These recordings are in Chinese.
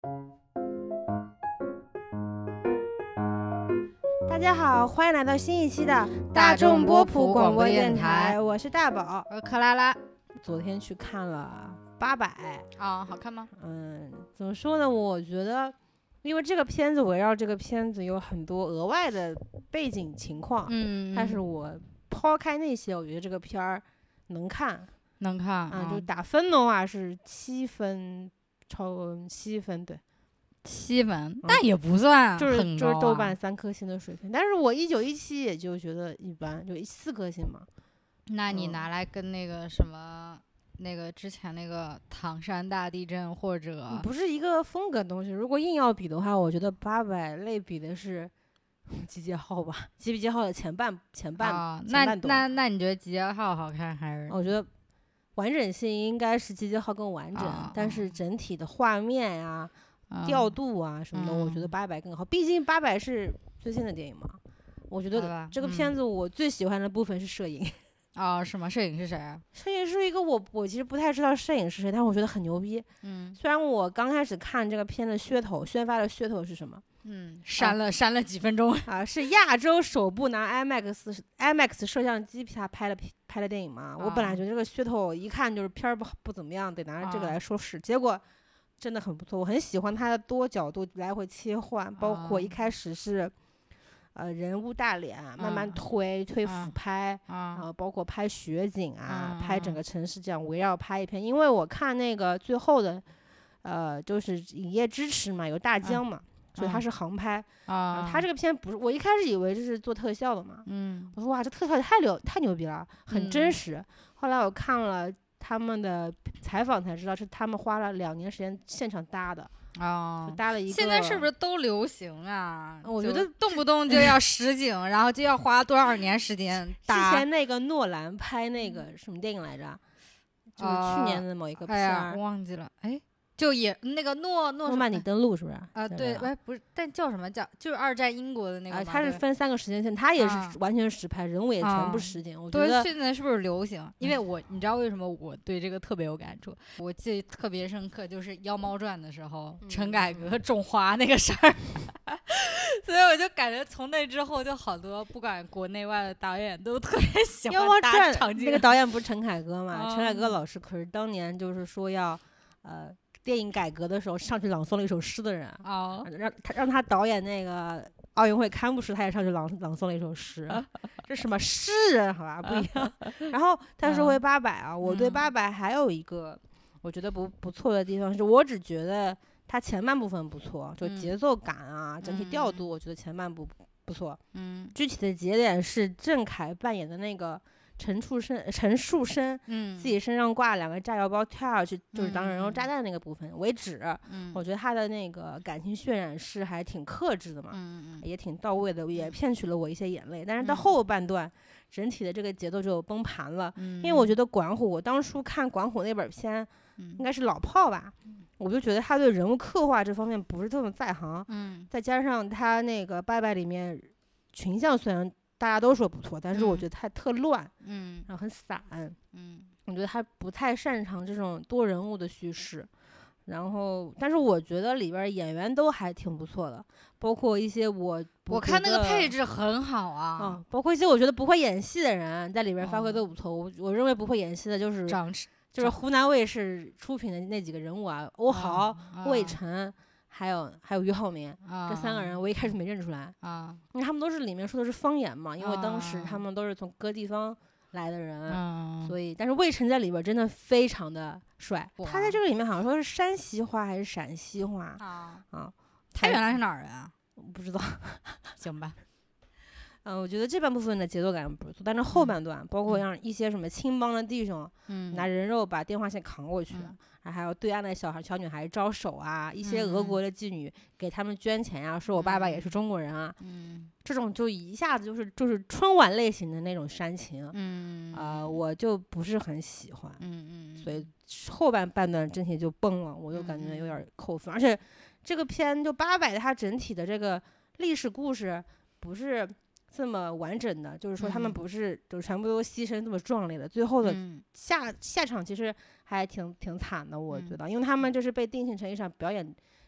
大家好，欢迎来到新一期的大众波普普广播电电台我是大宝。 我是克拉拉。 昨天去看了800 啊，好看吗？ 怎么说呢？我觉得，因为这个片子围绕这个片子有很多额外的背景情况，但是我抛开那些，我觉得这个片儿能看， 能看就打分的话是7分，超7分，对。 7分，但也不算很高啊， 就是豆瓣3颗星的水平，但是我19、17也就觉得一般，就4颗星嘛。 那你拿来跟那个什么，那个之前那个唐山大地震或者不是一个风格的东西。如果硬要比的话，我觉得800类比的是集结号吧，集结号的前半段。 那你觉得集结号好看还是？ 我觉得完整性应该是集结号更完整，但是整体的画面呀、调度啊什么的，我觉得800更好。毕竟800是最新的电影嘛。我觉得这个片子我最喜欢的部分是摄影。 是吗？摄影是谁啊？ 摄影是一个我其实不太知道摄影是谁，但是我觉得很牛逼。虽然我刚开始看这个片的宣发的噱头是什么？ 删了几分钟是亚洲首部拿 IMAX 摄像机拍的电影嘛。我本来觉得这个噱头一看就是片儿不怎么样，得拿着这个来说事。结果真的很不错，我很喜欢它的多角度来回切换，包括一开始是人物大脸慢慢推俯拍，然后包括拍雪景拍整个城市，这样围绕拍一片。因为我看那个最后的就是影业支持嘛，有大疆嘛，所以它是航拍它这个片不是，我一开始以为这是做特效的嘛，我说哇，这特效太牛逼了，很真实。后来我看了他们的采访才知道，是他们花了2年时间现场搭的。搭了一个。 现在是不是都流行啊？ 我觉得动不动就要实景，然后就要花多少年时间搭。 之前那个诺兰拍那个什么电影来着？就是去年的某一个片儿， 忘记了。就也那个诺曼底登陆是不是？ 对，不是，但叫什么就是2战英国的那个。 它是分3个时间线，它也是完全实拍，人物也全部实景。我觉得现在是不是流行？因为你知道为什么我对这个特别有感触？我记得特别深刻，就是《妖猫传》的时候，陈凯歌种花那个事儿，所以我就感觉从那之后，就好多不管国内外的导演都特别喜欢搭场景。 那个导演不是陈凯歌嘛？陈凯歌老师可是当年就是说要电影改革的时候上去朗诵了一首诗的人让他导演那个奥运会开幕式，他也上去朗诵了一首诗。这什么诗人好吧，不一样。然后他说回800我对800还有一个我觉得不错的地方是，我只觉得它前半部分不错，就节奏感整体调度，我觉得前半部不错。具体的节点是郑恺扮演的那个陈树生自己身上挂2个炸药包跳下去，就是当人肉炸弹那个部分为止。我觉得他的那个感情渲染是还挺克制的嘛，也挺到位的，也骗取了我一些眼泪。但是到后半段整体的这个节奏就崩盘了。因为我觉得管虎，我当初看管虎那本片应该是老炮吧，我就觉得他对人物刻画这方面不是这么在行。再加上他那个800里面群像虽然大家都说不错，但是我觉得他特乱，然后很散，我觉得他不太擅长这种多人物的叙事。然后，但是我觉得里边演员都还挺不错的，包括一些我看那个配置很好啊， 包括一些我觉得不会演戏的人在里边发挥都不错。我认为不会演戏的就是湖南卫视出品的那几个人物欧豪、魏晨。还有俞灏明这3个人，我一开始没认出来因为他们都是里面说的是方言嘛，因为当时他们都是从各地方来的人，所以但是魏晨在里边真的非常的帅。他在这个里面好像说是山西话还是陕西话他原来是哪儿人啊？ 不知道。 行吧。 我觉得这半部分的节奏感不错，但是后半段包括让一些什么青帮的弟兄拿人肉把电话线扛过去，还有对岸的小女孩招手一些俄国的妓女给他们捐钱说我爸爸也是中国人这种就一下子就是春晚类型的那种煽情，我就不是很喜欢，所以后半段整体就崩了，我就感觉有点扣分。而且这个片就800它整体的这个历史故事不是这么完整的，就是说他们不是就全部都牺牲这么壮烈的，最后的下场其实还挺惨的，我觉得，因为他们就是被定性成一场表演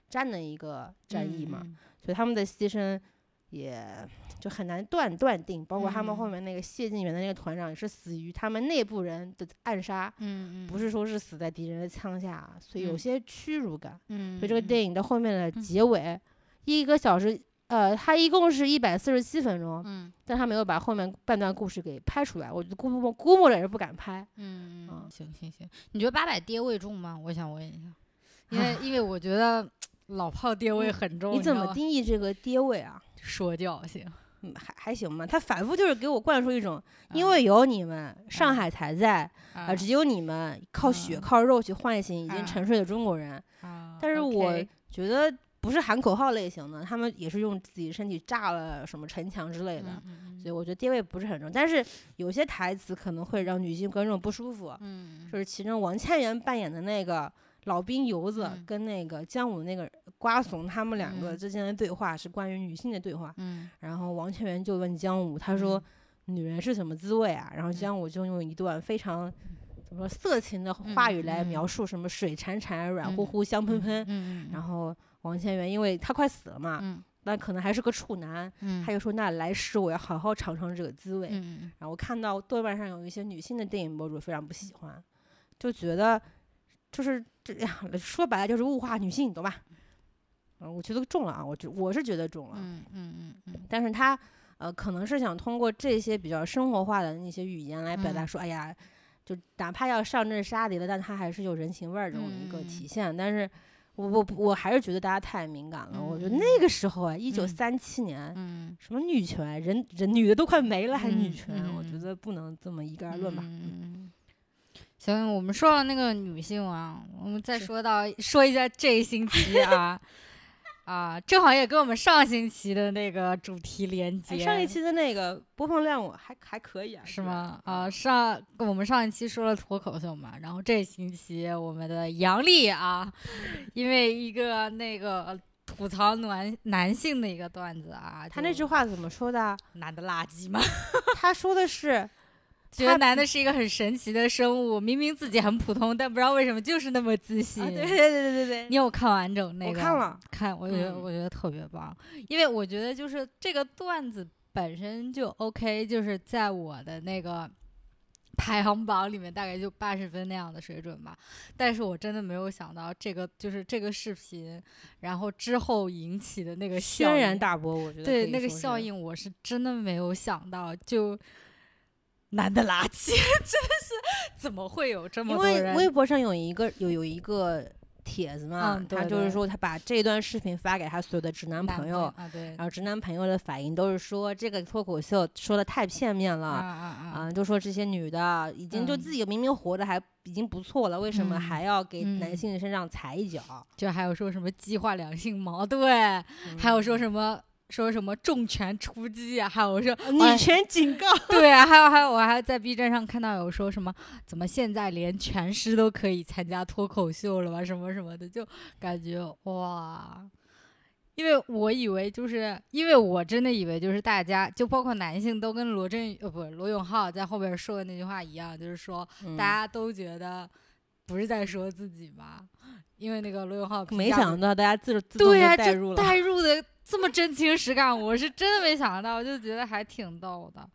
战的一个战役嘛，所以他们的牺牲也就很难断定，包括他们后面那个谢晋元的那个团长也是死于他们内部人的暗杀，不是说是死在敌人的枪下，所以有些屈辱感。所以这个电影到后面的结尾，1个小时，它一共是147分钟，但他没有把后面半段故事给拍出来，我觉得估摸着也是不敢拍。 行，你觉得800跌位重吗？我想问一下，因为我觉得老炮跌位很重。 你怎么定义这个跌位啊？ 说教性。 还行吧，他反复就是给我灌输一种，因为有你们，上海才在，只有你们靠血靠肉去唤醒已经沉睡的中国人。但是我觉得不是喊口号类型的，他们也是用自己身体炸了什么城墙之类的，所以我觉得跌位不是很重。但是有些台词可能会让女性观众不舒服，就是其中王千源扮演的那个老兵游子跟那个姜武那个瓜怂他们2个之间的对话是关于女性的对话，然后王千源就问姜武，他说女人是什么滋味啊？然后姜武就用一段非常怎么说色情的话语来描述什么水潺潺软乎乎香喷喷，然后王千源因为他快死了嘛，但可能还是个处男，他就说那来世我要好好尝尝这个滋味。然后我看到豆瓣上有一些女性的电影博主非常不喜欢，就觉得就是这样说白了就是物化女性，懂吧？我觉得重了啊，我是觉得重了。但是他可能是想通过这些比较生活化的那些语言来表达说，哎呀，就哪怕要上阵杀敌了，但他还是有人情味儿这种一个体现。但是我还是觉得大家太敏感了。我觉得那个时候啊，1937年，什么女权，人女的都快没了，还女权，我觉得不能这么一概而论吧。 行，我们说了那个女性啊，我们再说一下这一星期正好也跟我们上星期的那个主题连接。 上一期的那个播放量我还可以啊， 是吗？我们上一期说了脱口秀嘛，然后这星期我们的杨笠啊，因为一个那个吐槽男性的一个段子啊， 他那句话怎么说的？ 男的垃圾吗？ 他说的是。 觉得男的是一个很神奇的生物，明明自己很普通，但不知道为什么就是那么自信。 对。 你有看完整那个？ 我看了， 我觉得特别棒，因为我觉得就是这个段子本身就 OK， 就是在我的那个排行榜里面大概就80分那样的水准吧。但是我真的没有想到这个视频，然后之后引起的那个轩然大波，我觉得对那个效应，我是真的没有想到就。男的垃圾，真的是怎么会有这么多人？ 因为微博上有一个帖子嘛，他就是说他把这段视频发给他所有的直男朋友，然后直男朋友的反应都是说这个脱口秀说的太片面了，就说这些女的已经就自己明明活着还已经不错了，为什么还要给男性身上踩一脚？ 就还有说什么激化两性矛盾，还有说什么重拳出击啊，还有说女权警告， 对啊，还有我还在 B 站上看到有说什么怎么现在连拳师都可以参加脱口秀了吧，什么什么的，就感觉哇，因为我真的以为就是大家就包括男性都跟罗永浩在后边说的那句话一样，就是说大家都觉得不是在说自己吧，因为那个罗永浩没想到大家自动就带入了， 带入的这么真情实感，我是真的没想到，就觉得还挺逗的，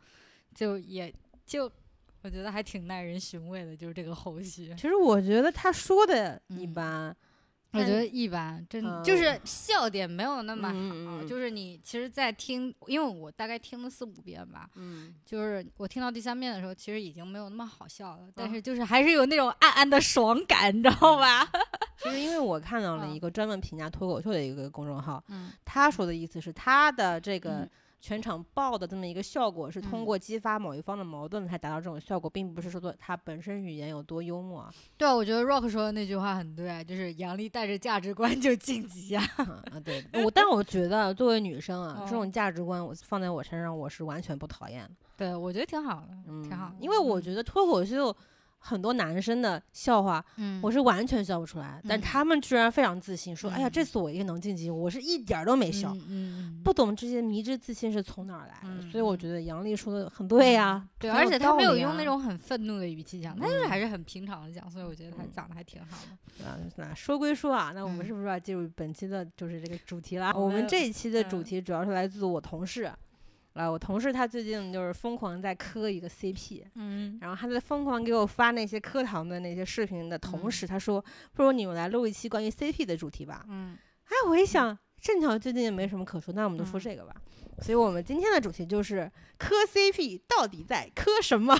我觉得还挺耐人寻味的，就是这个后续。 其实我觉得他说的一般， 我觉得一般，真的就是笑点没有那么好，就是你其实在听，因为我大概听了4-5遍吧，就是我听到第3遍的时候，其实已经没有那么好笑了，但是就是还是有那种暗暗的爽感，你知道吧？ 其实因为我看到了一个专门评价脱口秀的一个公众号，他说的意思是他的这个全场爆的这么一个效果是通过激发某一方的矛盾才达到这种效果，并不是说他本身语言有多幽默。 对，我觉得 Rock 说的那句话很对，就是杨笠带着价值观就晋级啊。 对，但我觉得作为女生啊，这种价值观我放在我身上，我是完全不讨厌的。 对，我觉得挺好的，挺好的。 因为我觉得脱口秀很多男生的笑话，我是完全笑不出来，但他们居然非常自信，说哎呀这次我一定能晋级，我是一点都没笑，不懂这些迷之自信是从哪儿来的，所以我觉得杨笠说的很对呀， 对，而且他没有用那种很愤怒的语气讲，他就是还是很平常的讲，所以我觉得他讲的还挺好的。 那说归说啊，那我们是不是要进入本期的就是这个主题了？我们这一期的主题主要是来自我同事。我同事他最近就是疯狂在磕一个 CP，然后他在疯狂给我发那些磕糖的那些视频的同时，他说不如你们来录一期关于 CP 的主题吧。我一想正巧最近也没什么可说，那我们就说这个吧。所以我们今天的主题就是磕 CP 到底在磕什么？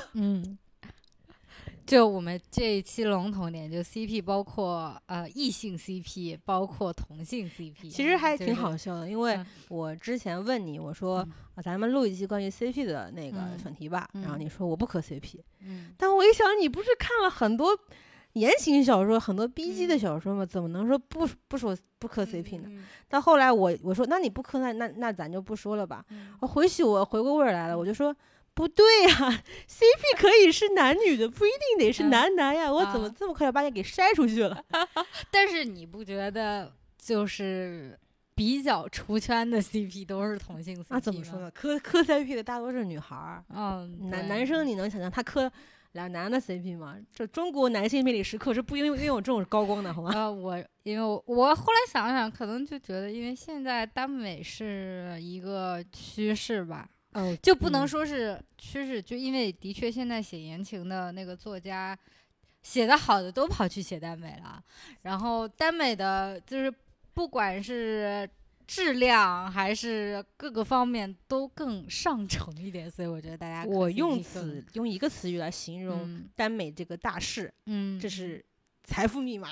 就我们这一期笼统点，就 CP 包括异性 CP， 包括同性 CP， 其实还挺好笑的，因为我之前问你，我说咱们录一期关于 CP 的那个选题吧，然后你说我不磕 CP，但我一想你不是看了很多言情小说，很多 B 级的小说吗？怎么能说不磕 CP 呢？到后来我说那你不磕那咱就不说了吧。我回过味儿来了，我就说。不对呀，CP 可以是男女的，不一定得是男呀。我怎么这么快就把你给筛出去了？ 但是你不觉得就是比较出圈的 CP 都是同性 CP 吗？ 怎么说呢？磕 CP 的大多是女孩儿。男生你能想象他磕俩男的 CP 吗？这中国男性魅力时刻是不拥有这种高光的，好吗？ 因为我后来想想，可能就觉得，因为现在耽美是一个趋势吧。就不能说是趋势，就因为的确现在写言情的那个作家写的好的都跑去写耽美了，然后耽美的就是不管是质量还是各个方面都更上乘一点，所以我觉得大家我用一个词语来形容耽美这个大势，这是财富密码。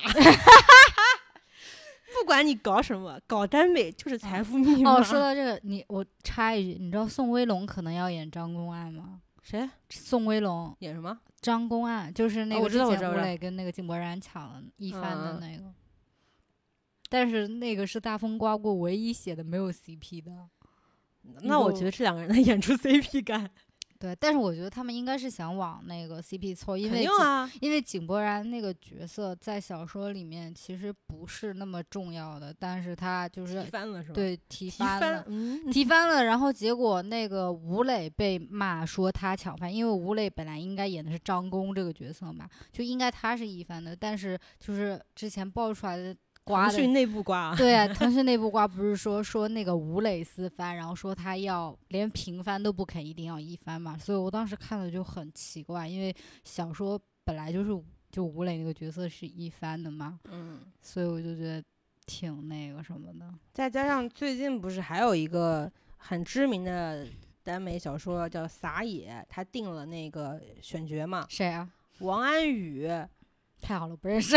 不管你搞什么，搞耽美就是财富密码。 说到这个，我插一句，你知道宋威龙可能要演张公案吗？ 谁？ 宋威龙演什么？ 张公案，就是那个之前吴磊跟那个井柏然抢了一番的那个。但是那个是大风刮过唯一写的没有 CP 的。 那我觉得这两个人能演出 CP 感。 对，但是我觉得他们应该是想往那个 CP 凑，因为井柏然那个角色在小说里面其实不是那么重要的，但是他就是提翻了是吧？ 对，提翻了，然后结果那个吴磊被骂说他抢翻，因为吴磊本来应该演的是张公这个角色嘛，就应该他是一番的，但是就是之前爆出来的。 腾讯内部瓜， 对啊，腾讯内部瓜不是说那个吴磊私翻，然后说他要连平翻都不肯，一定要一翻嘛，所以我当时看了就很奇怪，因为小说本来就吴磊那个角色是一翻的嘛，所以我就觉得挺那个什么的。 再加上最近不是还有一个很知名的耽美小说叫撒野，他定了那个选角嘛？ 谁啊？ 王安宇。 太好了，不认识。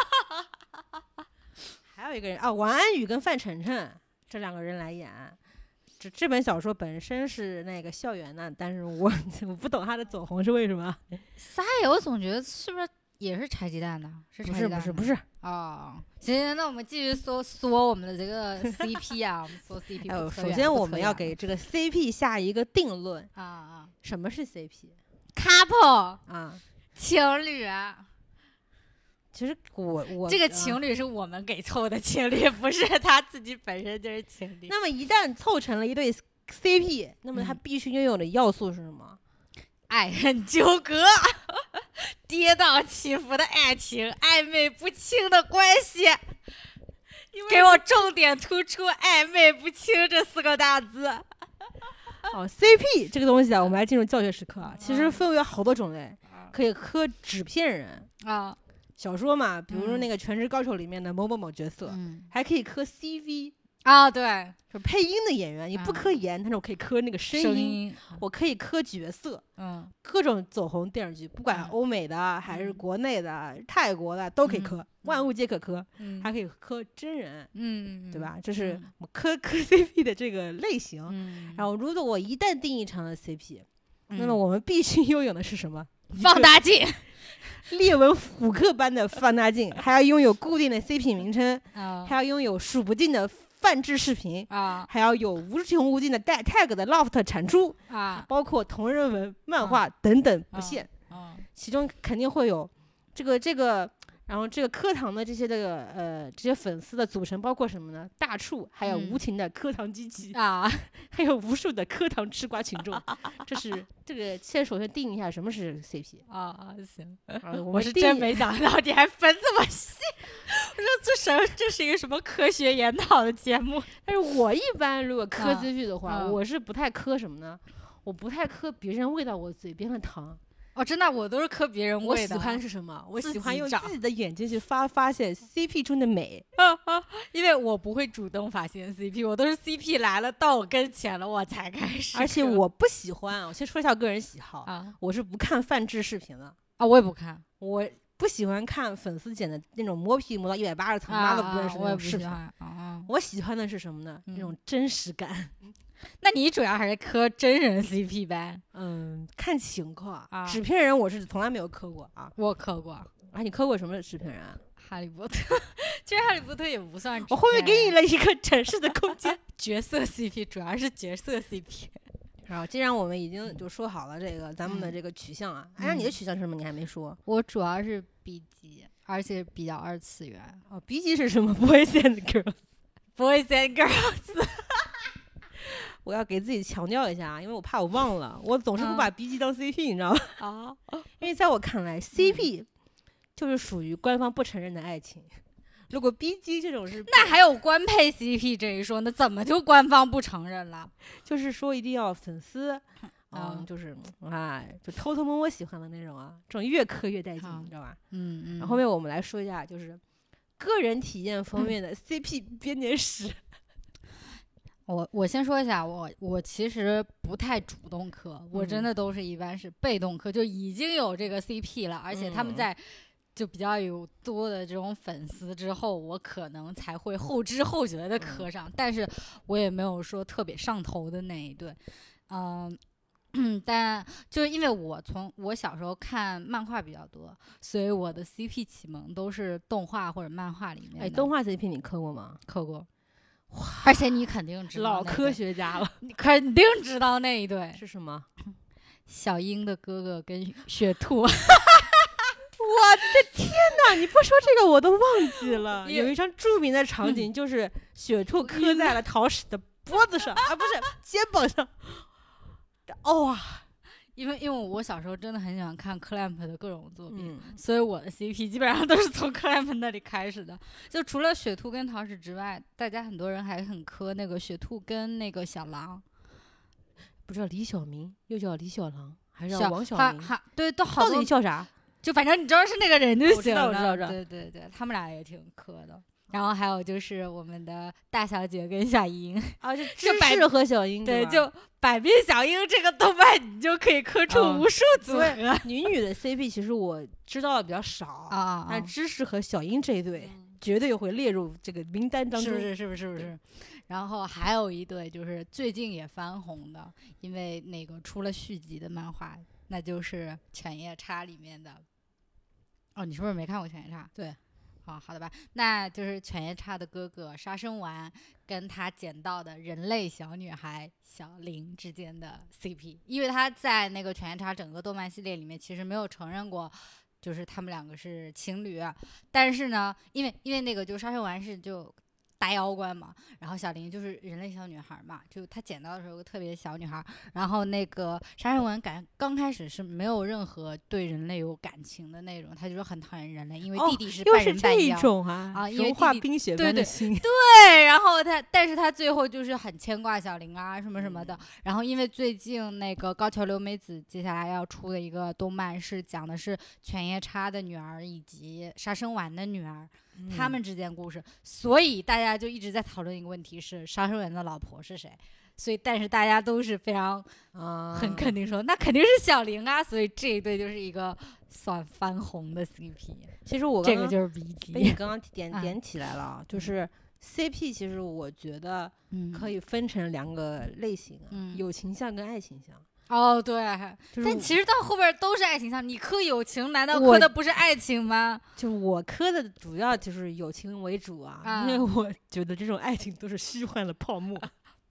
还有一个人王安宇跟范丞丞这两个人来演。这本小说本身是那个校园的，但是我不懂他的走红是为什么。 撒野我总觉得是不是也是拆鸡蛋的？ 不是行，那我们继续说我们的这个 CP 啊，我们说 CP。 首先我们要给这个 CP 下一个定论什么是 CP？couple 情侣。 其实我这个情侣是我们给凑的情侣，不是他自己本身就是情侣。 那么一旦凑成了一对 CP， 那么他必须拥有的要素是什么？ 爱恨纠葛，跌宕起伏的爱情，暧昧不清的关系。给我重点突出暧昧不清这4个大字。 CP 这个东西我们来进入教学时刻其实分为好多种类，可以磕纸片人小说嘛，比如说那个《全职高手》里面的某某某角色，还可以磕 CV 对， 就配音的演员，你不磕颜，但是我可以磕那个声音，我可以磕角色，各种走红电视剧，不管欧美的还是国内的、泰国的都可以磕，万物皆可磕，还可以磕真人，对吧？这是我磕 CP 的这个类型。然后，如果我一旦定义成了 CP，那么我们必须拥有的是什么？ 放大镜。 列文虎克般的放大镜，还要拥有固定的 CP 名称，还要拥有数不尽的泛制视频还要有无穷无尽的tag 的 loft 产出包括同人文、漫画等等不限。 其中肯定会有这个。然后这个课堂的这些这些粉丝的组成包括什么呢？大处，还有无情的课堂机器啊， 还有无数的课堂吃瓜群众。这个首先定一下什么是 CP 啊？行， 我是真没想到你还分这么细。我说这是一个什么科学研讨的节目？ 但是我一般如果磕 CP 的话，我是不太磕什么呢？我不太磕别人喂到我嘴边的糖。 哦，真的，我都是磕别人喂的。 我喜欢是什么？我喜欢用自己的眼睛去发现 CP 中的美。 因为我不会主动发现 CP， 我都是 CP 来了到我跟前了我才开始。 而且我不喜欢，我先说一下个人喜好啊， 我是不看泛制视频的啊，我也不看， 我不喜欢看粉丝剪的那种磨皮磨到180层，妈都不认识那种视频。我喜欢的是什么呢？那种真实感。 那你主要还是磕真人 CP 呗？ 看情况啊。 纸片人我是从来没有磕过啊。 我磕过啊。你磕过什么纸片人啊？ 哈利波特。其实哈利波特也不算纸片人。 我后面给你了一个展示的空间。 角色 CP 主要是角色 CP。 然后既然我们已经就说好了这个咱们的这个取向啊，那你的取向是什么？你还没说。 我主要是 B 级，而且比较二次元。 哦 ，B 级是什么 ？Boys and Girls。Boys and Girls。 我要给自己强调一下，因为我怕我忘了，我总是不把 B 级当 CP，你知道吗？ 啊， 因为在我看来，CP 就是属于官方不承认的爱情。如果 B 级这种是， 那还有官配 CP 这一说，那怎么就官方不承认了？ 就是说一定要粉丝，就是就偷偷摸摸喜欢的那种啊，这种越磕越带劲，你知道吧？然后后面我们来说一下，就是个人体验方面的 CP 编年史。 我先说一下，我其实不太主动磕，我真的都是一般是被动磕，就已经有这个 CP 了，而且他们在就比较有多的这种粉丝之后，我可能才会后知后觉的磕上，但是我也没有说特别上头的那一对，但就是因为我小时候看漫画比较多，所以我的 CP 启蒙都是动画或者漫画里面的。 动画 CP 你磕过吗？ 磕过。而且你肯定知道， 老科学家了， 你肯定知道那一对是什么？ 小樱的哥哥跟雪兔。 我的天哪！你不说这个我都忘记了。有一张著名的场景，就是雪兔磕在了桃矢的脖子上，不是肩膀上。哇！ 因为我小时候真的很喜欢看clamp的各种作品，所以我的 CP 基本上都是从clamp那里开始的。就除了雪兔跟桃矢之外，大家很多人还很磕那个雪兔跟那个小狼， 不知道李小明又叫李小狼还是叫王小明？ 对，都好多。 到底叫啥？ 就反正你知道是那个人就行了。 我知道。 对，他们俩也挺磕的。然后还有就是我们的大小姐跟小樱就芝士和小樱， 对，就百变小樱这个动漫你就可以磕出无数组合。 女的 CP 其实我知道的比较少但芝士和小樱这一对绝对会列入这个名单当中， 是不是？然后还有一对就是最近也翻红的，因为那个出了续集的漫画，那就是《犬夜叉》里面的。你是不是没看过《犬夜叉》？ 对。 好的吧，那就是犬夜叉的哥哥杀生丸跟他捡到的人类小女孩小玲之间的 CP， 因为他在那个犬夜叉整个动漫系列里面其实没有承认过，就是他们两个是情侣，但是呢，因为那个就杀生丸是就大妖怪嘛，然后小玲就是人类小女孩嘛，就她捡到的时候有个特别小女孩，然后那个杀生丸刚开始是没有任何对人类有感情的那种，他就是很讨厌人类，因为弟弟是半人半妖， 又是这种因为融化冰雪般的心， 对，然后但是他最后就是很牵挂小玲啊什么什么的，然后因为最近那个高桥留美子接下来要出的一个动漫是讲的是犬夜叉的女儿以及杀生丸的女儿。他们之间故事，所以大家就一直在讨论一个问题是杀生丸的老婆是谁，所以但是大家都是非常很肯定说那肯定是小玲啊，所以这一对就是一个算翻红的 CP。 其实我这个就是 B 级被你刚刚点起来了，就是 CP 其实我觉得可以分成两个类型，友情向跟爱情向。 对，但其实到后边都是爱情向，你磕友情难道磕的不是爱情吗？ 就我磕的主要就是友情为主因为我觉得这种爱情都是虚幻的泡沫。 不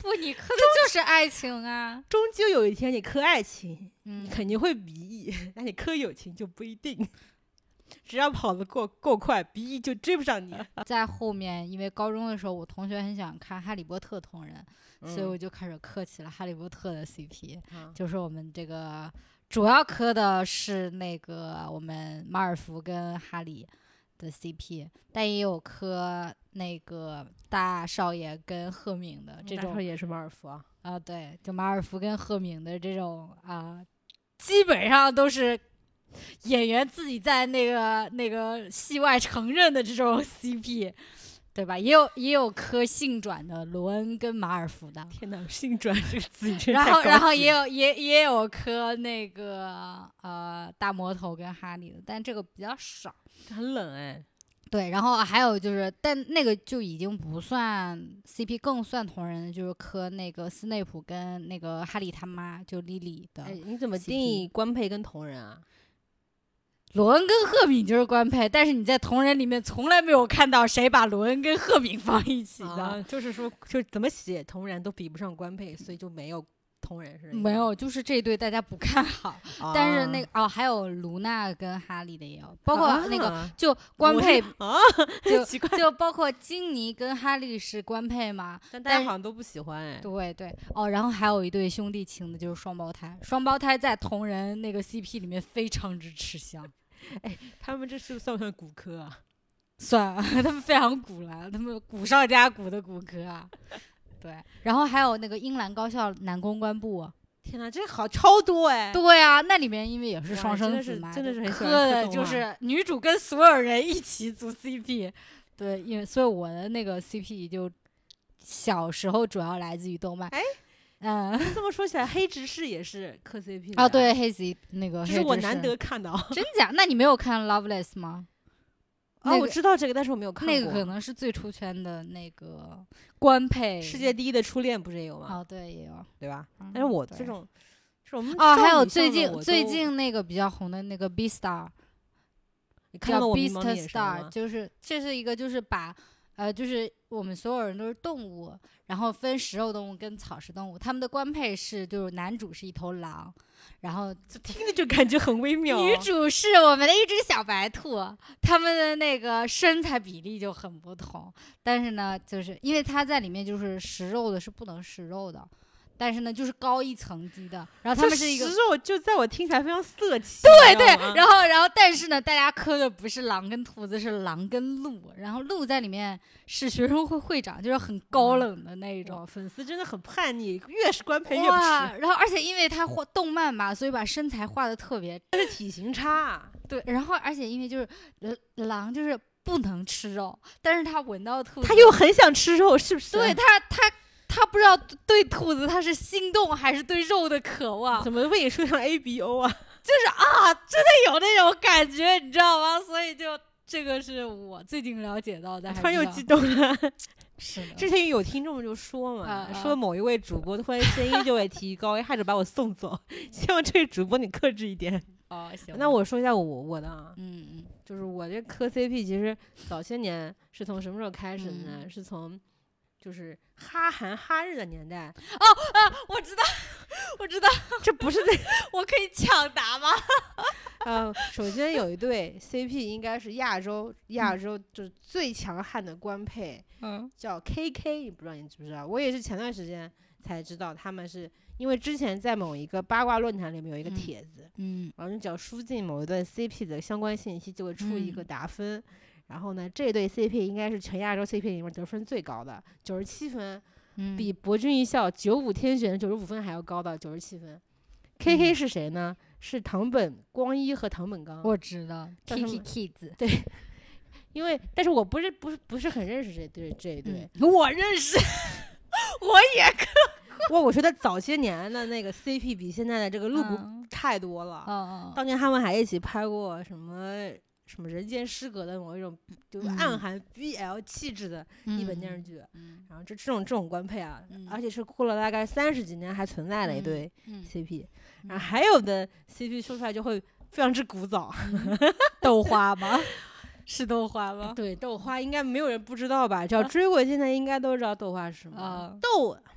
不，你磕的就是爱情啊。 终究有一天你磕爱情，你肯定会鼻翼，但你磕友情就不一定。只要跑得够快，鼻翼就追不上你。 在后面，因为高中的时候，我同学很想看《哈利波特》同人，所以我就开始磕起了《哈利波特》的 CP，就是我们这个主要磕的是那个我们马尔福跟哈利的 CP， 但也有磕那个大少爷跟赫敏的这种。 大少爷是马尔福啊？ 对，就马尔福跟赫敏的这种基本上都是演员自己在那个戏外承认的这种 CP， 对吧？也有磕性转的罗恩跟马尔福的。 天哪，性转这个词真然后也有磕那个大魔头跟哈利的，但这个比较少， 很冷哎。 对，然后还有就是，但那个就已经不算 CP， 更算同人，就是磕那个斯内普跟那个哈利他妈就莉莉的。 你怎么定义官配跟同人啊？ 罗恩跟赫敏就是官配，但是你在同人里面从来没有看到谁把罗恩跟赫敏放一起的。 就是说，就怎么写同人都比不上官配，所以就没有同人是？ 没有，就是这一对大家不看好。但是那个还有卢娜跟哈利的也有，包括那个就官配就包括金妮跟哈利是官配嘛， 但大家好像都不喜欢哎。 对然后还有一对兄弟情的，就是双胞胎。双胞胎在同人那个 CP 里面非常之吃香。 哎，他们这是算不算骨科啊？ 算，他们非常骨了，他们骨上加骨的骨科啊。对，然后还有那个英兰高校男公关部， 天哪，这好超多哎！ 对啊，那里面因为也是双生子嘛， 真的是很磕的就是女主跟所有人一起组 CP。对，因为所以我的那个 CP 就小时候主要来自于动漫。 哎，这么说起来，黑执事也是磕 CP 的对，黑子那个， 这是我难得看到。 真假？那你没有看 Loveless 吗？ 我知道这个，但是我没有看过。 那个可能是最出圈的那个官配。 世界第一的初恋不是也有吗？ 对，也有， 对吧？但是我这种还有最近那个比较红的那个 Beastar， 你看过我迷茫的眼神吗？就是这是一个就是把就是我们所有人都是动物，然后分食肉动物跟草食动物，他们的官配是就是男主是一头狼。然后听着就感觉很微妙。 女主是我们的一只小白兔，他们的那个身材比例就很不同。但是呢，就是因为他在里面就是食肉的是不能食肉的，但是呢就是高一层级的。然后他们是一个食肉，就在我听起来非常色气。 对，然后但是呢，大家磕的不是狼跟兔子，是狼跟鹿。然后鹿在里面是学生会会长，就是很高冷的那一种。 粉丝真的很叛逆，越是官配越不吃。 然后而且因为他画动漫嘛，所以把身材画的特别， 但是体型差。 对，然后而且因为就是狼就是不能吃肉，但是他闻到兔子， 他又很想吃肉，是不是？ 对他不知道对兔子他是心动还是对肉的渴望。 怎么为你说成 ABO 啊？ 就是真的有那种感觉，你知道吗？所以就这个是我最近了解到的。 突然又激动了。 是的， 之前有听众就说嘛，说某一位主播突然声音就会提高，害着把我送走。希望这位主播你克制一点。 行。 那我说一下我的啊， 就是我这磕 CP 其实早些年是从什么时候开始的呢？是从就是哈韩哈日的年代。 我知道， 这不是在我可以抢答吗？ 首先有一对 CP 应该是亚洲就是最强悍的官配，叫 KK， 你不知道你知不知道？我也是前段时间才知道，他们是因为之前在某一个八卦论坛里面有一个帖子，然后你只要输进某一对 CP 的相关信息，就会出一个打分。然后呢，这对 CP 应该是全亚洲 CP 里面得分最高的，97分，比博君一笑95天选95分还要高的97分。KK 是谁呢？是藤本光一和藤本刚。 我知道 Kiki Kids。 对，但是我不是很认识这一对。 我认识，我也磕过。我觉得早些年的那个 CP 比现在的这个露骨太多了。当年他们还一起拍过什么人间失格的某一种就是暗含 BL 气质的一本电视剧。然后这种官配啊，而且是过了大概30几年还存在的一对 CP。然后还有的 CP 说出来就会非常之古早。 豆花吗？是豆花吗？ 对，豆花应该没有人不知道吧？只要追过现在应该都知道豆花是什么。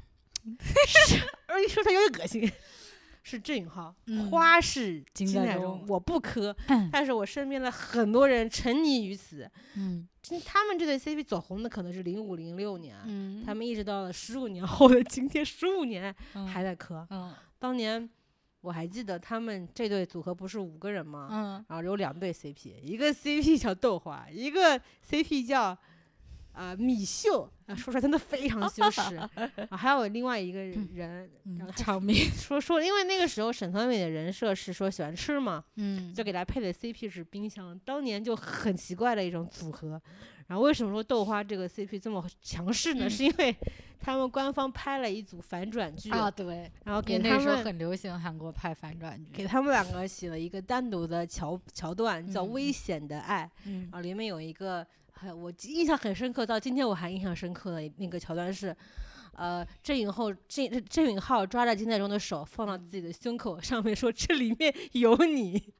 而且说出来有点恶心。是郑允浩，花是金在中，我不磕，但是我身边的很多人沉溺于此。他们这对 CP 走红的可能是05、06年，他们一直到了15年后的今天，15年还在磕。当年我还记得他们这对组合不是5个人吗？然后有2对 CP， 一个 CP 叫豆花，一个 CP 叫米秀。说出来真的非常羞耻。还有另外一个人， 场面说，因为那个时候沈腾美的人设是说喜欢吃嘛，就给他配的 CP 是冰箱，当年就很奇怪的一种组合。然后为什么说豆花这个 CP 这么强势呢？是因为他们官方拍了一组反转剧对， 然后给他们那时候很流行韩国拍反转剧， 给他们2个写了一个单独的桥段，叫《危险的爱》。然后里面有一个。我印象很深刻，到今天我还印象深刻的那个桥段是，郑允浩抓着金在中的手放到自己的胸口上面说：“这里面有你。”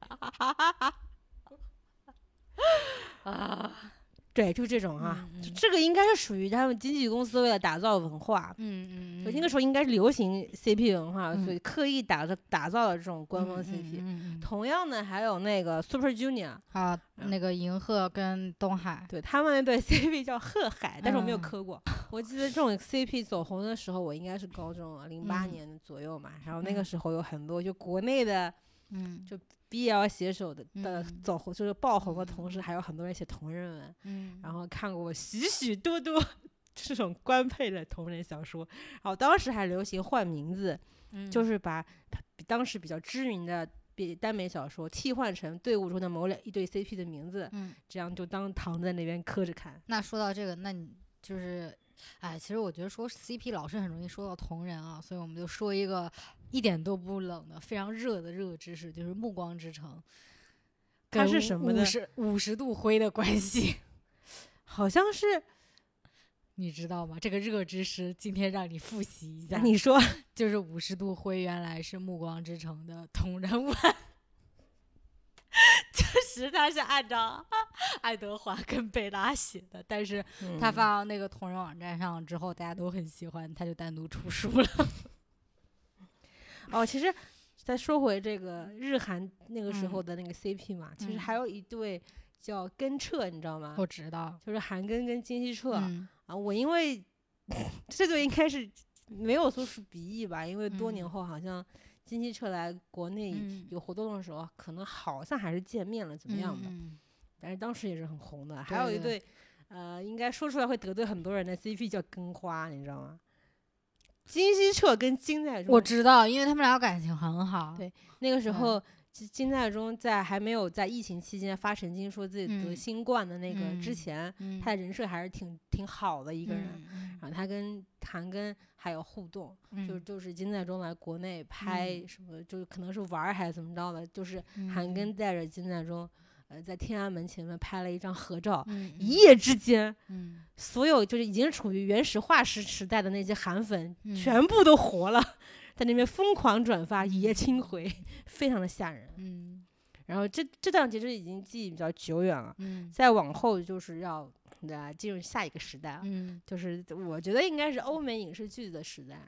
对，就这种这个应该是属于他们经纪公司为了打造文化，就那个时候应该是流行 CP 文化，所以刻意打造了这种官方 CP。同样的还有那个 Super Junior 那个银赫跟东海， 对他们那对 CP 叫贺海，但是我没有磕过。我记得这种 CP 走红的时候，我应该是高中了，08年左右嘛。然后那个时候有很多就国内的，就BL 写手的走红，就是爆红的同时，还有很多人写同人文。然后看过许许多多这种官配的同人小说。然后当时还流行换名字，就是把当时比较知名的耽美小说替换成队伍中的一对 CP 的名字，这样就当躺在那边磕着看。 那说到这个，那你就是，其实我觉得说 CP 老是很容易说到同人啊，所以我们就说一个一点都不冷的非常热的热知识，就是《暮光之城》 它是什么的 50度灰的关系， 好像是。 你知道吗？这个热知识今天让你复习一下。 你说， 就是50度灰原来是《暮光之城》的同人文，就是他是按照爱德华跟贝拉写的，但是他发到那个同人网站上之后，大家都很喜欢，他就单独出书了。 其实再说回这个日韩那个时候的那个 CP 嘛，其实还有一对叫根彻，你知道吗？ 我知道， 就是韩根跟金希澈。我因为这对应该是没有说是敌意吧，因为多年后好像金希澈来国内有活动的时候，可能好像还是见面了怎么样的，但是当时也是很红的。还有一对应该说出来会得罪很多人的 CP 叫根花，你知道吗？金希澈跟金在中， 我知道，因为他们俩感情很好。 对，那个时候金在中还没有在疫情期间发神经说自己得新冠的那个之前，他的人设还是挺好的一个人。然后他跟韩根还有互动，就是金在中来国内拍什么，就是可能是玩还是怎么着的，就是韩根带着金在中。在天安门前面拍了一张合照，一夜之间，所有就是已经处于原始化石时代的那些韩粉，全部都活了，在那边疯狂转发，一夜清回，非常的吓人。然后这段其实已经记忆比较久远了，再往后就是要进入下一个时代了，就是我觉得应该是欧美影视剧的时代。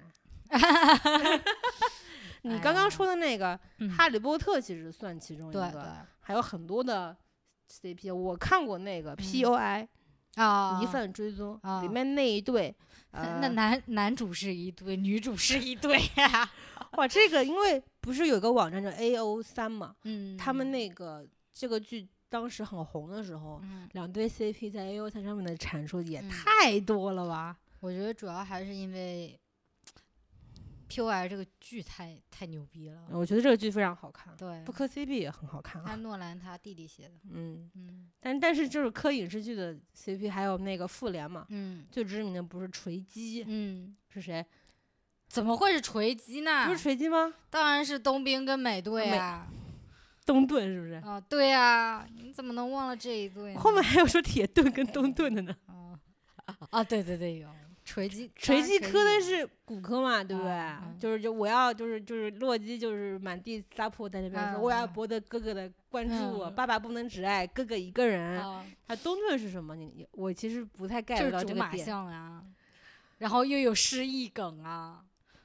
你刚刚说的那个哈利波特其实算其中一个，还有很多的 CP， 我看过那个 POI 疑犯追踪里面那一对， 那男主是一对，女主是一对哇，这个因为不是有个网站叫 AO3 嘛，他们那个这个剧当时很红的时候，2对 CP 在 AO3 上面的阐述也太多了吧。 我觉得主要还是因为POI 这个剧太牛逼了， 我觉得这个剧非常好看， 对， 不磕 CP 也很好看。 他诺兰他弟弟写的， 但是就是磕影视剧的 CP， 还有那个复联嘛，最知名的不是锤击，是谁？ 怎么会是锤击呢？ 不是锤击吗？ 当然是冬兵跟美队啊， 东盾是不是？ 对啊，你怎么能忘了这一对呢？ 后面还有说铁盾跟东盾的呢。 对有。锤击磕的是骨科嘛，对不对？就我要就是洛基就是满地撒泼在那边说我要博得哥哥的关注，爸爸不能只爱哥哥一个人。他东盾是什么？我其实不太 get 到这个点。 就是竹马像啊，然后又有失忆梗啊。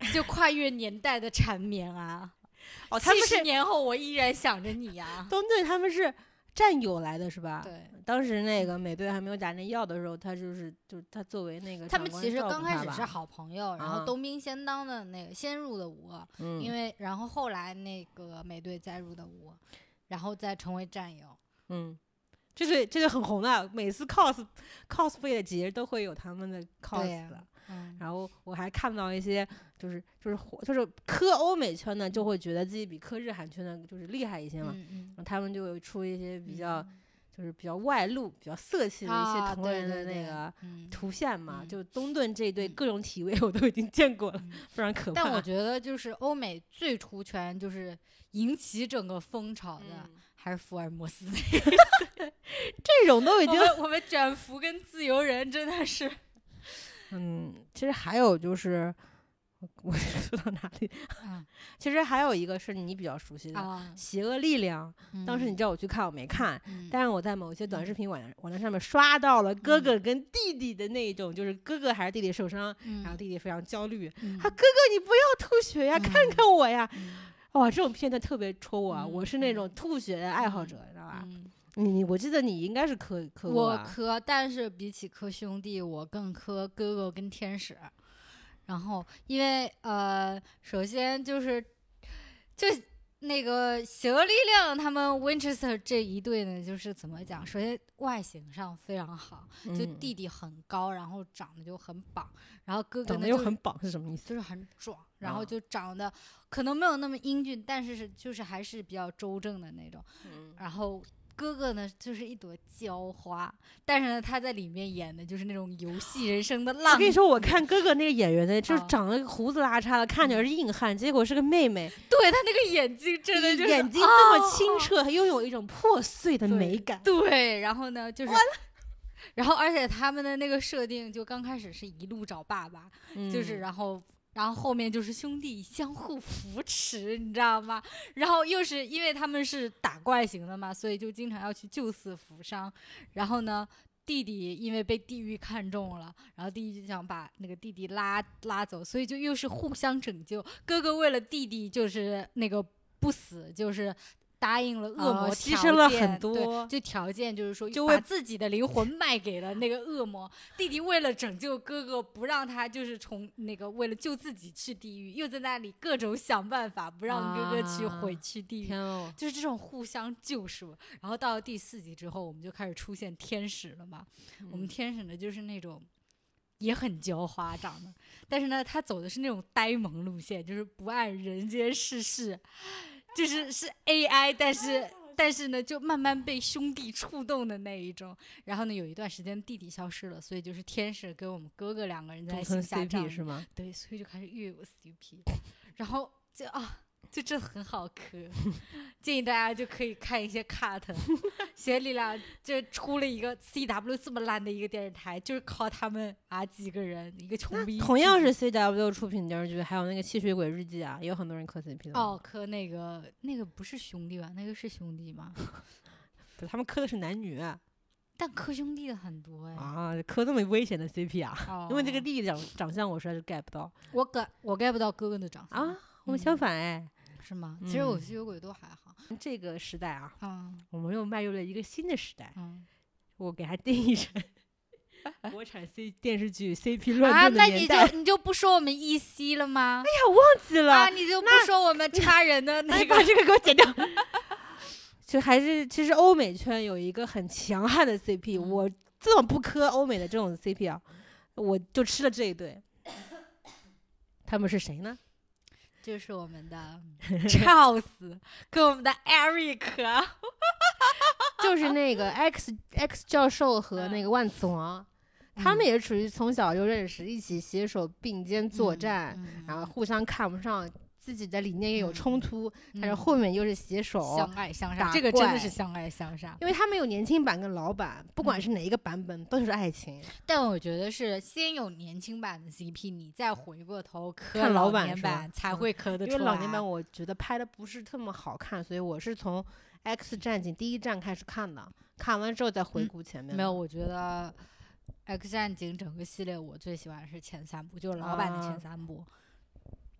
就跨越年代的缠绵啊。 他们 70年后我依然想着你呀。 东队他们是战友来的是吧？ 对， 当时那个美队还没有打那药的时候，他就他作为那个他们其实刚开始是好朋友，然后东兵先当的那个先入的伍，因为然后后来那个美队再入的伍，然后再成为战友。 这对很红的，每次 cosplay 的节都会有他们的 cos 的。然后我还看到一些就是磕欧美圈的就会觉得自己比磕日韩圈的就是厉害一些嘛，他们就会出一些比较就是比较外露比较色气的一些同人的那个图片嘛，就东盾这一对各种体位我都已经见过了，非常可怕。 但我觉得就是欧美最出圈就是引起整个风潮的还是福尔摩斯这种都已经我们卷福跟自由人真的是其实还有就是我说到哪里其实还有一个是你比较熟悉的邪恶力量，当时你叫我去看我没看，但是我在某些短视频网站上面刷到了哥哥跟弟弟的那种，就是哥哥还是弟弟受伤，然后弟弟非常焦虑，哥哥你不要吐血呀，看看我呀，哇，这种片段特别戳我我是那种吐血的爱好者，知道吧？我记得你应该是磕过我磕，但是比起磕兄弟，我更磕哥哥跟天使。然后因为首先就那个邪恶力量他们 Winchester 这一队呢，就是怎么讲，首先外形上非常好，就弟弟很高，然后长得就很棒，然后哥哥呢长得又很棒是什么意思？ 就是很壮，然后就长得可能没有那么英俊，但是就是还是比较周正的那种，然后哥哥呢就是一朵娇花，但是呢他在里面演的就是那种游戏人生的浪子。 我跟你说，我看哥哥那个演员呢，就是长得胡子拉碴的，看起来是硬汉，结果是个妹妹。 对，他那个眼睛真的就是眼睛这么清澈，还拥有一种破碎的美感。 对，然后呢就是然后而且他们的那个设定就刚开始是一路找爸爸，就是然后后面就是兄弟相互扶持，你知道吗？然后又是因为他们是打怪型的嘛，所以就经常要去救死扶伤。然后呢，弟弟因为被地狱看中了，然后弟弟就想把那个弟弟拉走，所以就又是互相拯救。哥哥为了弟弟就是那个不死，就是答应了恶魔， 牺牲了很多， 就条件就是说，就把自己的灵魂卖给了那个恶魔。弟弟为了拯救哥哥，不让他就是从那个为了救自己去地狱，又在那里各种想办法不让哥哥去回去地狱，就是这种互相救赎。然后到了第4集之后，我们就开始出现天使了嘛。我们天使呢就是那种也很娇花长得，但是呢他走的是那种呆萌路线，就是不谙人间世事，就是AI， 但是呢就慢慢被兄弟触动的那一种。然后呢有一段时间弟弟消失了，所以就是天使跟我们哥哥2个人在一起下账是吗？ 对，所以就开始越有 CP， 然后就真的很好磕，建议大家就可以看一些 cut。邪恶力量就出了一个 CW 这么烂的一个电视台，就是靠他们几个人一个穷逼。 同样是 CW 出品电视剧，还有那个吸血鬼日记也有很多人磕 CP 的。 磕那个不是兄弟吧？那个是兄弟吗？ 不，他们磕的是男女。 但磕兄弟的很多磕这么危险的 CP 因为这个弟弟长相我实在是 get 不到。 我 get 不到哥哥的长相我们相反是吗？其实我吸血鬼都还好。 这个时代我们又迈入了一个新的时代。我给它定义成国产电视剧 CP 乱炖的年代。 那你就不说我们EC 了吗？ 哎呀，忘记了你就不说我们插人的那个， 把这个给我剪掉。其实欧美圈有一个很强悍的 CP，我这么不磕欧美的这种 CP 我就吃了这一对。他们是谁呢？ 就是我们的 Charles 跟我们的 Eric， 就是那个 X 教授和那个万磁王，他们也属于从小就认识，一起携手并肩作战，然后互相看不上，自己的理念也有冲突，但是后面又是携手相爱相杀，这个真的是相爱相杀。 因为他们有年轻版跟老版，不管是哪一个版本都是爱情。 但我觉得是先有年轻版的 CP， 你再回过头看老年版才会磕得出来。 因为老年版我觉得拍的不是特么好看，所以我是从 X 战警第1站开始看的，看完之后再回顾前面。 没有，我觉得 X 战警整个系列我最喜欢的是前3部，就是老版的前3部。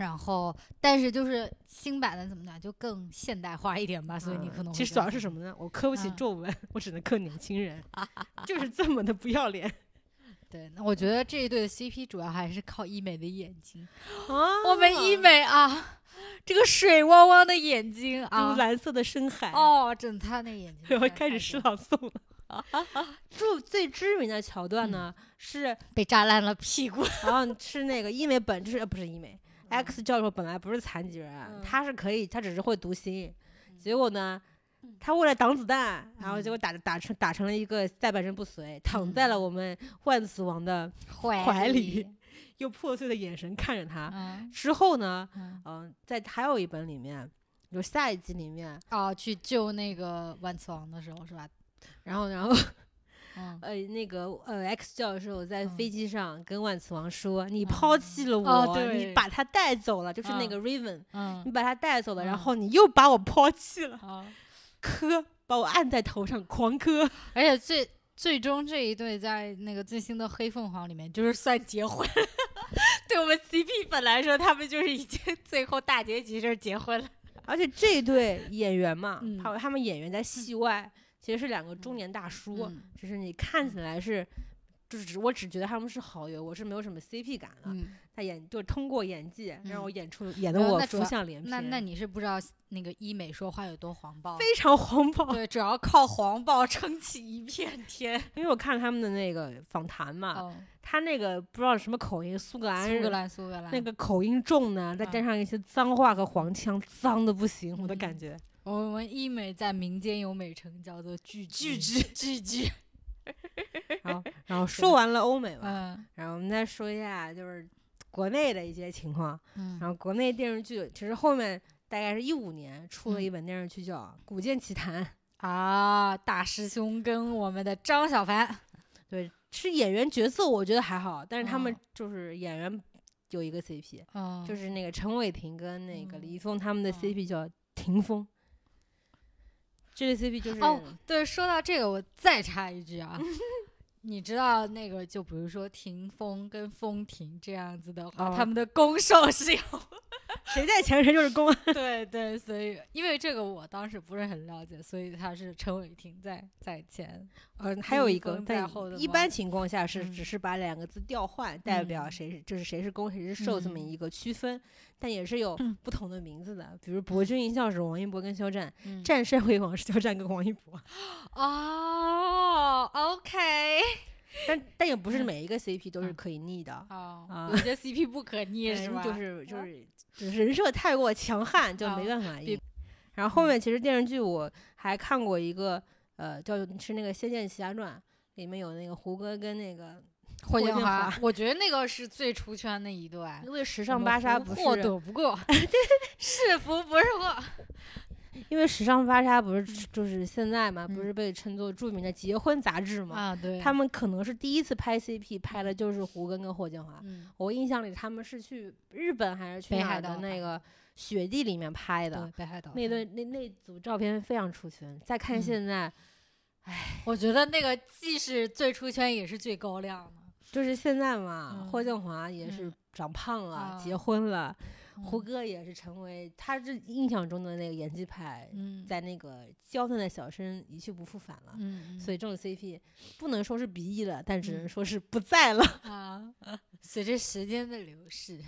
然后，但是就是新版的怎么讲，就更现代化一点吧，所以你可能其实主要是什么呢？我磕不起皱纹，我只能磕年轻人，就是这么的不要脸。 对，那我觉得这一对的 CP 主要还是靠医美的眼睛啊， 我们医美啊，这个水汪汪的眼睛啊， 蓝色的深海哦，真的，他那眼睛， 我开始诗朗诵了。最知名的桥段呢，是被扎烂了屁股， 然后是那个医美本质不是医美。X 教授本来不是残疾人，他是可以，他只是会读心。结果呢，他为了挡子弹，然后结果打成了一个再半身不遂，躺在了我们万磁王的怀里，用破碎的眼神看着他。之后呢，在还有一本里面，就下一集里面去救那个万磁王的时候是吧？ 然后那个X 教授在飞机上跟万磁王说：“你抛弃了我，你把他带走了，就是那个 Raven，你把他带走了，然后你又把我抛弃了，把我按在头上狂磕。 而且最终这一对在那个最新的黑凤凰里面就是算结婚了。对我们 CP 粉来说，他们就是已经最后大结局就是结婚了。 而且这一对演员嘛，他们演员在戏外。”其实是两个中年大叔，就是你看起来是，我只觉得他们是好友，我是没有什么 CP 感的。他就是通过演技让我演得我浮想联翩。 那你是不知道那个医美说话有多黄暴， 非常黄暴。 对，主要靠黄暴撑起一片天。 因为我看他们的那个访谈嘛，他那个不知道什么口音，苏格兰那个口音重呢，再加上一些脏话和黄腔，脏的不行，我的感觉。 我们医美在民间有美称叫做巨巨。 然后说完了欧美吧，然后我们再说一下就是国内的一些情况。然后国内电视剧其实后面大概是15年出了一本电视剧叫《古剑奇谭》 大师兄跟我们的张小凡， 对，是演员角色我觉得还好，但是他们就是演员有一个 CP，就是那个陈伟霆跟那个李易峰他们的 CP 叫霆锋。这个 CP 就是对，说到这个我再插一句啊，你知道那个就比如说霆锋跟风霆这样子的话，他们的攻受是有谁在前谁就是攻。 对，所以因为这个我当时不是很了解，所以他是陈伟霆在前， 还有一个在一般情况下是只是把两个字调换，代表谁是攻谁是受这么一个区分，但也是有不同的名字的，比如博君一笑是王一博跟肖战，战胜辉煌是肖战跟王一博。 OK。 但也不是每一个 CP 都是可以逆的有些 CP 不可逆是吧？ 就是人设太过强悍就没办法逆。然后后面其实电视剧我还看过一个是那个《仙剑奇侠传》，里面有那个胡歌跟那个霍建华，我觉得那个是最出圈的一段， 因为时尚芭莎不是躲不过，是福不是祸。 因为时尚芭莎不是就是现在嘛，不是被称作著名的结婚杂志嘛？ 对， 他们可能是第一次拍 CP， 拍的就是胡歌跟霍建华。我印象里他们是去日本还是去哪儿的那个雪地里面拍的， 北海道那组照片非常出圈。再看现在， 我觉得那个既是最出圈，也是最高亮的。 就是现在嘛，霍建华也是长胖了，结婚了。胡歌也是成为他这印象中的那个演技派，在那个娇嫩的小生一去不复返了，所以这种 CP 不能说是鼻翼了，但只能说是不在了随着时间的流逝，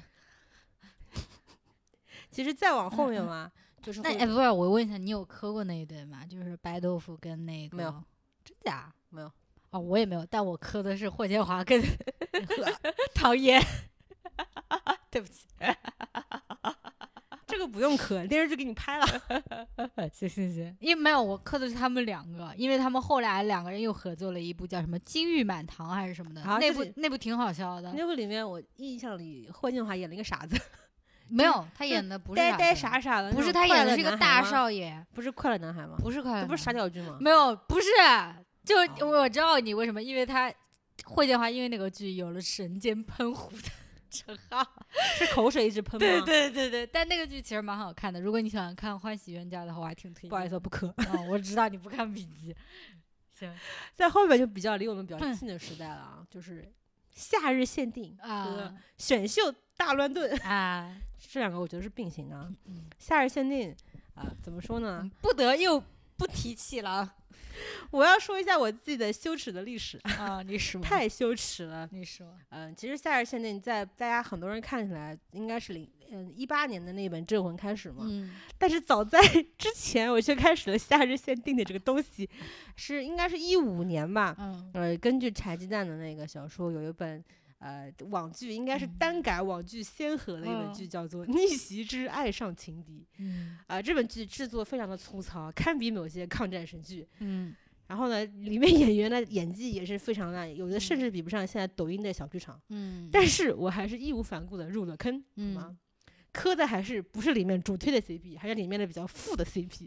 其实再往后面嘛，就是不是，我问一下，你有磕过那一对吗？就是白豆腐跟那个没有， 真假没有我也没有，但我磕的是霍建华跟唐嫣。对不起， 这个不用磕，电视剧给你拍了。 行，因为没有，我磕的是他们两个，因为他们后来两个人又合作了一部叫什么《金玉满堂》还是什么的，那部挺好笑的。 那部里面我印象里霍建华演了一个傻子， 没有，他演的不是呆傻的， 不是他演的是个大少爷， 不是快乐男孩吗？ 不是快乐男孩， 这不是傻屌剧吗？ 没有，不是，就我知道你为什么，因为他霍建华因为那个剧有了神间喷壶的称号， 是口水一直喷吗？ 对，但那个剧其实蛮好看的。如果你想看《欢喜冤家》的话，我还挺推荐。 不好意思，不磕。 我知道你不看笔记。行， 在后面就比较离我们比较近的时代了啊，就是夏日限定和选秀大乱炖啊， 这两个我觉得是并行的。夏日限定怎么说呢？ 不得又不提起了。 我要说一下我自己的羞耻的历史啊，你说太羞耻了。 你说， 其实夏日限定在大家很多人看起来应该是2018年的那本《镇魂》开始嘛，但是早在之前我就开始了夏日限定的这个东西，应该是15年吧。根据柴鸡蛋的那个小说，有一本网剧，应该是单改网剧先河的一本剧，叫做《逆袭之爱上情敌》。这本剧制作非常的粗糙，堪比某些抗战神剧。然后呢，里面演员的演技也是非常烂，有的甚至比不上现在抖音的小剧场。但是我还是义无反顾的入了坑。磕的还是不是里面主推的 CP， 还是里面的比较副的 CP。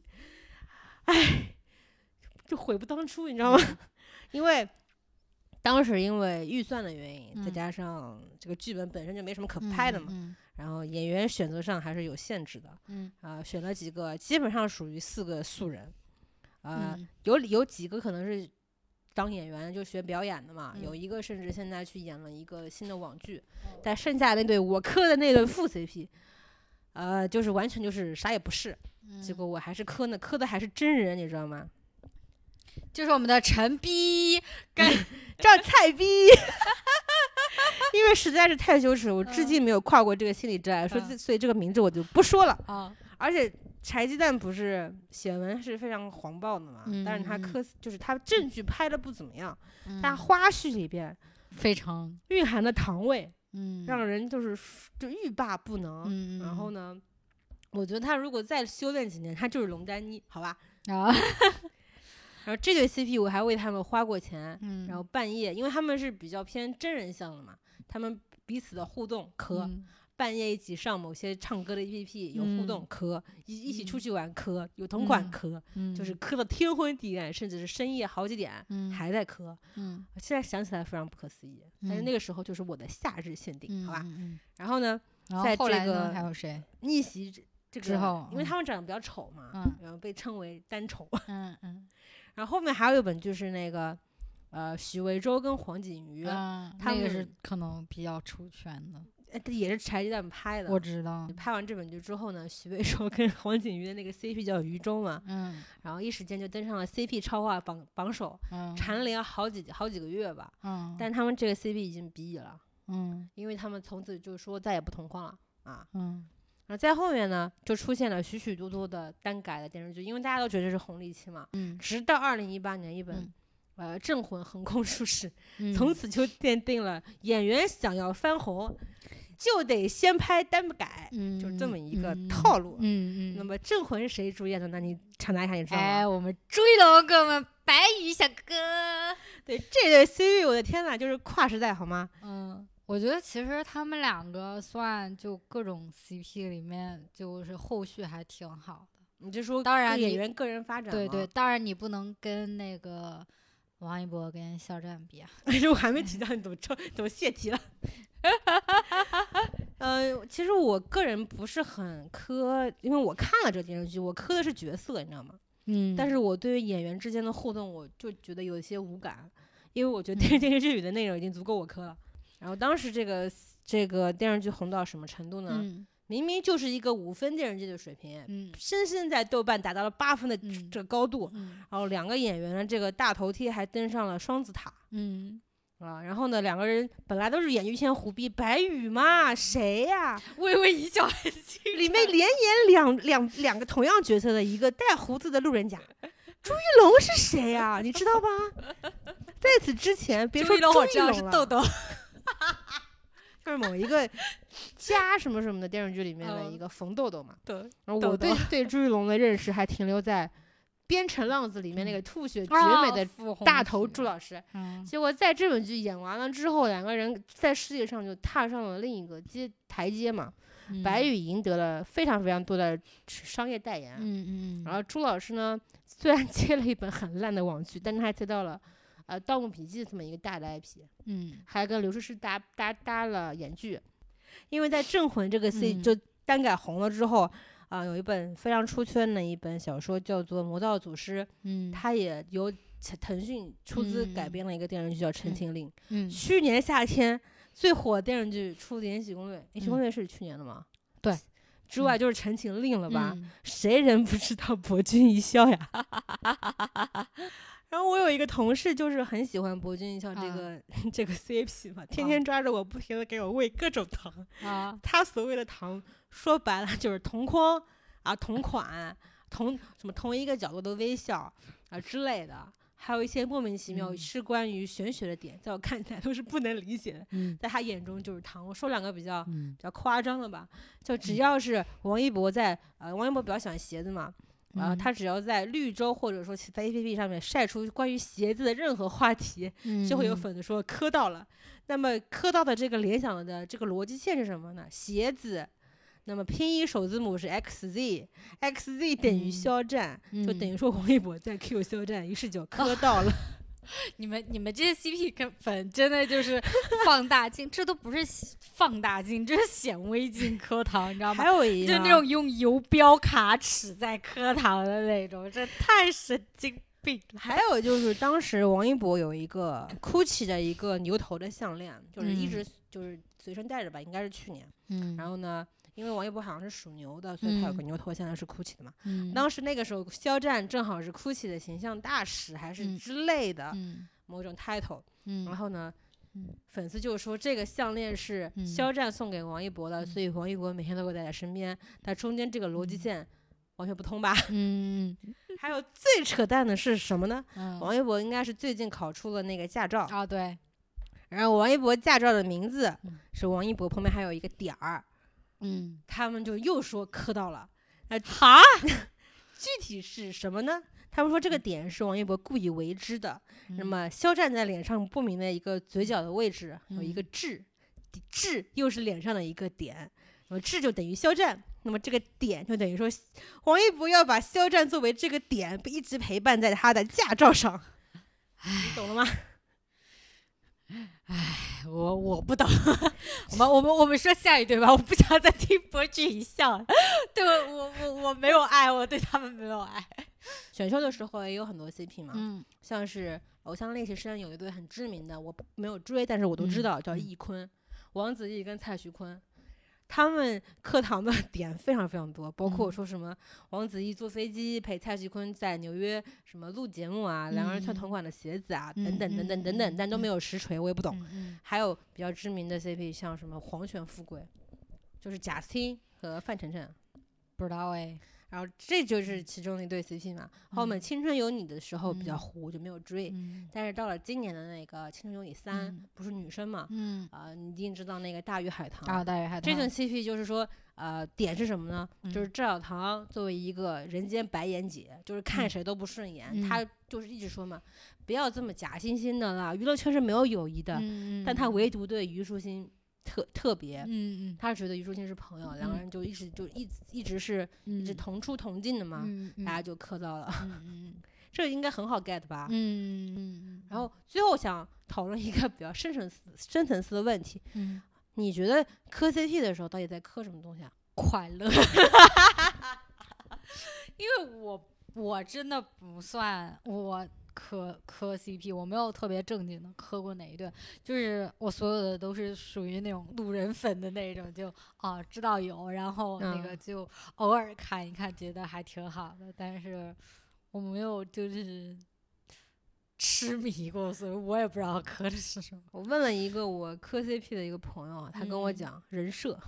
就悔不当初，你知道吗？因为当时因为预算的原因，再加上这个剧本本身就没什么可拍的嘛，然后演员选择上还是有限制的。选了几个基本上属于4个素人。有几个可能是当演员就学表演的嘛，有一个甚至现在去演了一个新的网剧。但剩下那对我磕的那对副 CP，就是完全就是啥也不是。结果我还是磕的还是真人，你知道吗？ 就是我们的陈逼跟叫菜逼。因为实在是太羞耻，我至今没有跨过这个心理障碍，所以这个名字我就不说了。而且柴鸡蛋不是写文是非常黄暴的嘛，但是他就是他证据拍的不怎么样，但花絮里边非常蕴含的糖味，让人就欲罢不能。然后呢，我觉得他如果再修炼几年，他就是龙丹妮，好吧？然后这对 CP 我还为他们花过钱，然后半夜，因为他们是比较偏真人向的嘛，他们彼此的互动磕。半夜一起上某些唱歌的 APP 有互动磕，一起出去玩磕，有同款磕，就是磕的天昏地暗，甚至是深夜好几点还在磕。现在想起来非常不可思议，但是那个时候就是我的夏日限定，好吧？然然后呢，在这个还有谁逆袭这个之后， 因为他们长得比较丑嘛，然后被称为单丑。然后后面还有一本就是那个许魏洲跟黄景瑜，他们是可能比较出圈的。 也是柴鸡蛋拍的， 我知道。 拍完这本剧之后呢，许魏洲跟黄景瑜的那个 CP 叫余舟嘛，然后一时间就登上了 CP 超话榜首，蝉联好几个月吧。但他们这个 CP 已经毕业了，因为他们从此就说再也不同框了啊。然后在后面呢，就出现了许许多多的单改的电视剧，因为大家都觉得是红利期嘛。直到2018年一本。镇魂横空出世，从此就奠定了演员想要翻红，就得先拍单改，就是这么一个套路。那么镇魂是谁主演的呢？你抢答一下，你知道吗？ 我们朱一龙跟我们白宇小哥。 对，这对 CP， 我的天哪，就是跨时代，好吗？ 我觉得其实他们两个算就各种 CP 里面，就是后续还挺好的。 你就说， 当然演员个人发展， 对，当然你不能跟那个。王一博跟肖战比啊， 我还没提到，你怎么泄题了？其实我个人不是很磕，因为我看了这个电视剧，我磕的是角色，你知道吗？但是我对于演员之间的互动，我就觉得有一些无感，因为我觉得电视剧里的内容已经足够我磕了。然后当时这个电视剧红到什么程度呢？明明就是一个5分电视剧的水平，深深在豆瓣达到了8分的这个高度，然后2个演员的这个大头贴还登上了双子塔，然后呢，2个人本来都是演于谦胡逼，白宇嘛，谁呀？ 微微一笑很轻， 里面连演两个同样角色的一个带胡子的路人甲，朱一龙是谁呀？你知道吧？在此之前，别说朱一龙了， 我知道是豆豆。 就是某一个加什么什么的电视剧里面的一个冯豆豆嘛。然后我对朱一龙的认识还停留在《边城浪子》里面那个吐血绝美的大头朱老师。结果在这本剧演完了之后，2个人在世界上就踏上了另一个台阶嘛。白宇赢得了非常非常多的商业代言。然后朱老师呢，虽然接了一本很烂的网剧，但是还接到了《盗墓笔记》这么一个大的 IP，还跟刘诗诗搭了演剧。因为在《镇魂》这个 C 就单改红了之后，有一本非常出圈的一本小说叫做《魔道祖师》，它也由腾讯出资改编了一个电视剧叫《陈情令》。去年夏天最火的电视剧除了《延禧攻略》，《延禧攻略》是去年的吗？ 对。 之外就是《陈情令》了吧？谁人不知道博君一笑呀？然后我有一个同事就是很喜欢博君一笑这个 CP 嘛，天天抓着我不停的给我喂各种糖。他所谓的糖说白了就是同框啊、同款、同一个角度的微笑啊之类的。还有一些莫名其妙是关于玄学的点，在我看起来都是不能理解的，在他眼中就是糖。我说两个比较夸张的吧，就只要是王一博王一博比较喜欢鞋子嘛，他只要在绿洲或者说在 APP 上面晒出关于鞋子的任何话题，就会有粉丝说磕到了。那么磕到的这个联想的这个逻辑线是什么呢？鞋子。那么拼音首字母是 XZ 等于肖战，就等于说王一博在 Q 肖战，于是就磕到了。 你们这些 CP 粉真的就是放大镜，这都不是放大镜，这是显微镜磕糖，你知道吗？ 还有一个就那种用游标卡尺在磕糖的那种，这太神经病了。 还有就是当时王一博有一个 GUCCI 的一个牛头的项链，就是一直就是随身带着吧，应该是去年。然后呢？因为王一博好像是属牛的，所以他有个牛头现在是 GUCCI 的嘛。当时那个时候肖战正好是 GUCCI 的形象大使还是之类的某种 title。然后呢，粉丝就说这个项链是肖战送给王一博的，所以王一博每天都会带在身边。但中间这个逻辑线完全不通吧？还有最扯淡的是什么呢？王一博应该是最近考出了那个驾照啊，对。 然后王一博驾照的名字是王一博，旁边还有一个点儿。他们就又说磕到了， 哈， 具体是什么呢？他们说这个点是王一博故意为之的。那么肖战在脸上不明的一个嘴角的位置有一个痣，痣又是脸上的一个点，那么痣就等于肖战，那么这个点就等于说王一博要把肖战作为这个点一直陪伴在他的驾照上。你懂了吗？ 唉，我不懂。我们说下一对吧？我不想再听博君一笑。对我没有爱，我对他们没有爱。 选秀的时候也有很多 CP 嘛，像是偶像练习生有一对很知名的，我没有追，但是我都知道，叫易坤、王子异跟蔡徐坤。他们课堂的点非常非常多，包括说什么王子异坐飞机陪蔡徐坤在纽约什么录节目啊，两个人穿同款的鞋子啊，等等等等等等，但都没有实锤，我也不懂。还有比较知名的 CP 像什么黄泉富贵，就是贾斯汀和范丞丞， 不知道哎。 然后这就是其中的一对 CP 嘛。后面《青春有你》的时候比较糊，就没有追。但是到了今年的那个《青春有你3》，不是女生嘛？你一定知道那个大鱼海棠啊，大鱼海棠。 这对 CP 就是说，点是什么呢？就是赵小棠作为一个人间白眼姐，就是看谁都不顺眼。她就是一直说嘛，不要这么假惺惺的啦，娱乐圈是没有友谊的。但她唯独对虞书欣特别，他觉得虞书欣是朋友，两个人就一直一直同出同进的嘛，大家就磕到了。这应该很好 get 吧？然后最后想讨论一个比较深层次的问题，你觉得磕 CP 的时候到底在磕什么东西啊？ 快乐。因为我真的不算我磕 CP， 我没有特别正经的磕过哪一对，就是我所有的都是属于那种路人粉的那种，就知道有，然后那个就偶尔看一看，觉得还挺好的，但是我没有就是痴迷过，所以我也不知道磕的是什么。 我问了一个我磕 CP 的一个朋友，他跟我讲人设，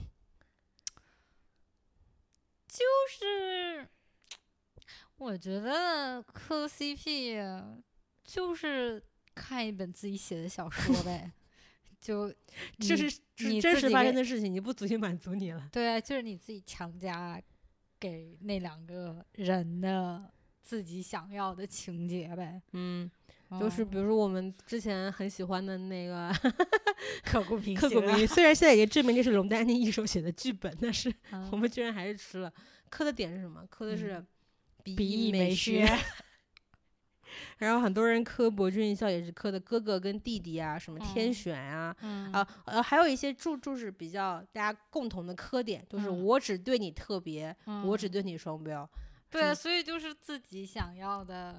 就是我觉得磕 CP 就是看一本自己写的小说呗，就这是真实发生的事情，你不足以满足你了。 对，就是你自己强加给那两个人的自己想要的情节呗。 就是比如说我们之前很喜欢的那个刻骨铭心，虽然现在也证明这是龙丹妮一手写的剧本，但是我们居然还是吃了。磕的点是什么？磕的是笔译美学。 然后很多人磕博君一笑也是磕的哥哥跟弟弟啊，什么天选啊，还有一些就是比较大家共同的磕点，就是我只对你特别，我只对你双标。 对，所以就是自己想要的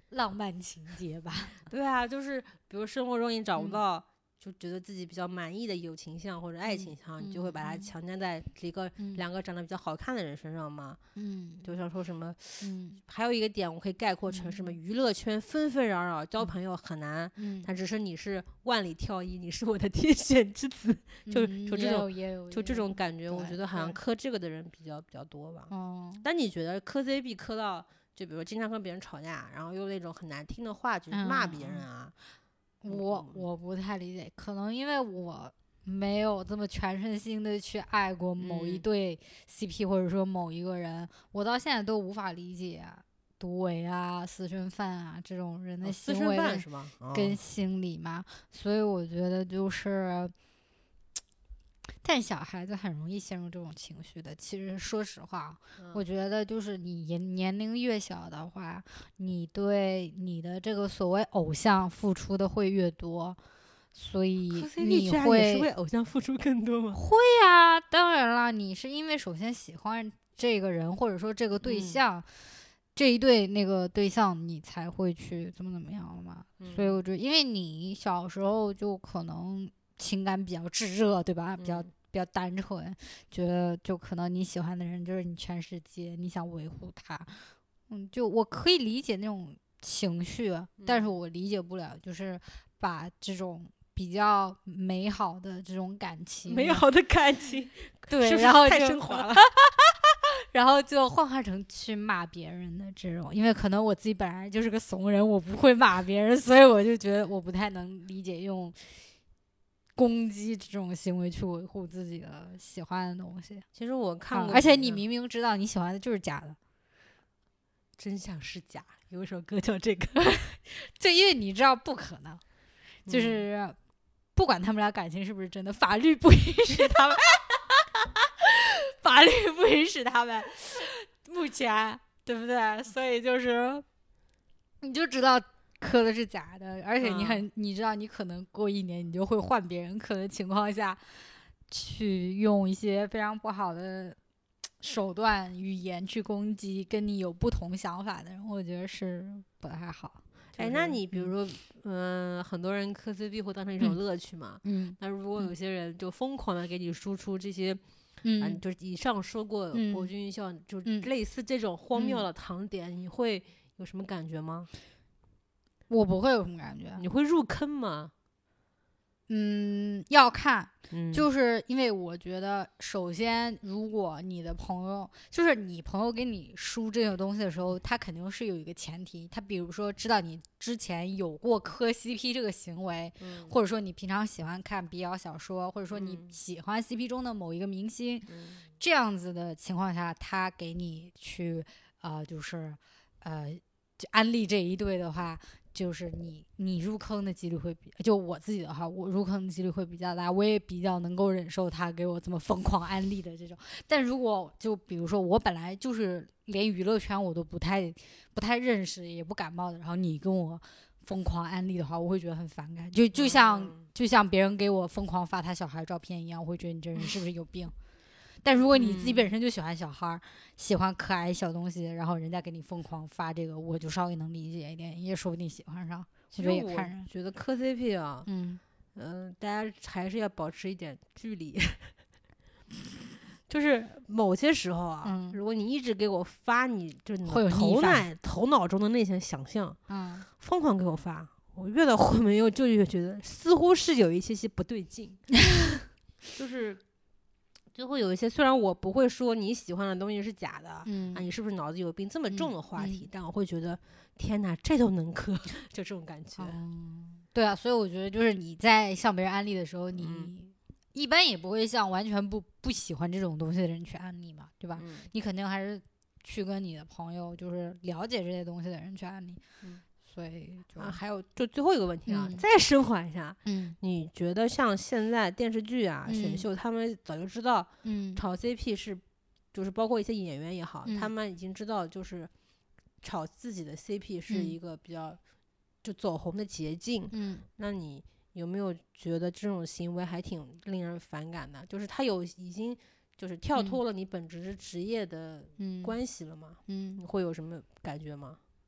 浪漫情节吧。 对啊，就是比如生活中你找不到就觉得自己比较满意的友情项或者爱情项，你就会把它强加在两个长得比较好看的人身上嘛。就像说什么，还有一个点我可以概括成什么，娱乐圈纷纷扰扰，交朋友很难，但只是你是万里挑一，你是我的天选之子，就这种感觉，我觉得好像磕这个的人比较多吧。但你觉得磕 CP 磕到就比如经常跟别人吵架，然后用那种很难听的话去骂别人啊？ 我不太理解，可能因为我没有这么全身心的去爱过某一对 CP，或者说某一个人，我到现在都无法理解毒唯啊、私生饭啊这种人的行为跟心理嘛。所以我觉得就是，但小孩子很容易陷入这种情绪的。其实说实话，我觉得就是你年龄越小的话，你对你的这个所谓偶像付出的会越多，所以你会为偶像付出更多吗？ 会啊，当然了，你是因为首先喜欢这个人，或者说这个对象，这一对那个对象，你才会去怎么样嘛。所以我觉得，因为你小时候就可能情感比较炙热，对吧？比较单纯，觉得就可能你喜欢的人就是你全世界，你想维护他。就我可以理解那种情绪，但是我理解不了，就是把这种比较美好的这种感情，对， 是不是然后太升华了？ 然后就幻化成去骂别人的这种，因为可能我自己本来就是个怂人，我不会骂别人，所以我就觉得我不太能理解用攻击这种行为去维护自己的喜欢的东西。 其实我看过， 而且你明明知道你喜欢的就是假的， 真相是假。有一首歌叫这个， 就因为你知道不可能，就是不管他们俩感情是不是真的，法律不允许他们。法律不允许他们，目前对不对？所以就是你就知道磕的是假的，而且你知道你可能过1年你就会换别人磕的情况下，去用一些非常不好的手段语言去攻击跟你有不同想法的人，我觉得是不太好。 那你比如说，很多人磕 CP 会当成一种乐趣嘛。那如果有些人就疯狂的给你输出这些。就是以上说过博君一笑，就类似这种荒谬的糖点，你会有什么感觉吗？ 我不会有什么感觉。 你会入坑吗？ 要看，就是因为我觉得，首先，如果你的朋友，就是你朋友给你输这个东西的时候，他肯定是有一个前提，他比如说知道你之前有过磕 CP 这个行为，或者说你平常喜欢看 BL 小说，或者说你喜欢 CP 中的某一个明星，这样子的情况下，他给你去就是就安利这一对的话。就是你入坑的几率会就我自己的话，我入坑的几率会比较大，我也比较能够忍受他给我这么疯狂安利的这种。但如果就比如说我本来就是连娱乐圈我都不太认识，也不感冒的，然后你跟我疯狂安利的话，我会觉得很反感。就像别人给我疯狂发他小孩照片一样，我会觉得你这人是不是有病？但如果你自己本身就喜欢小孩，喜欢可爱小东西，然后人家给你疯狂发这个，我就稍微能理解一点，也说不定喜欢上。 其实我觉得磕 CP 啊，大家还是要保持一点距离。就是某些时候啊，如果你一直给我发你就你头脑中的那些想象，疯狂给我发，我越到后面就越觉得似乎是有一些不对劲，就会有一些，虽然我不会说你喜欢的东西是假的，你是不是脑子有病这么重的话题，但我会觉得天哪，这都能磕，就这种感觉。 对啊，所以我觉得就是你在向别人安利的时候，你一般也不会向完全不喜欢这种东西的人去安利嘛，对吧？你肯定还是去跟你的朋友，就是了解这些东西的人去安利。所以还有就最后一个问题啊，再升华一下，你觉得像现在电视剧啊、选秀，他们早就知道，炒 CP 是，就是包括一些演员也好，他们已经知道，就是炒自己的 CP 是一个比较就走红的捷径。那你有没有觉得这种行为还挺令人反感的？就是他已经就是跳脱了你本职业的关系了吗？你会有什么感觉吗？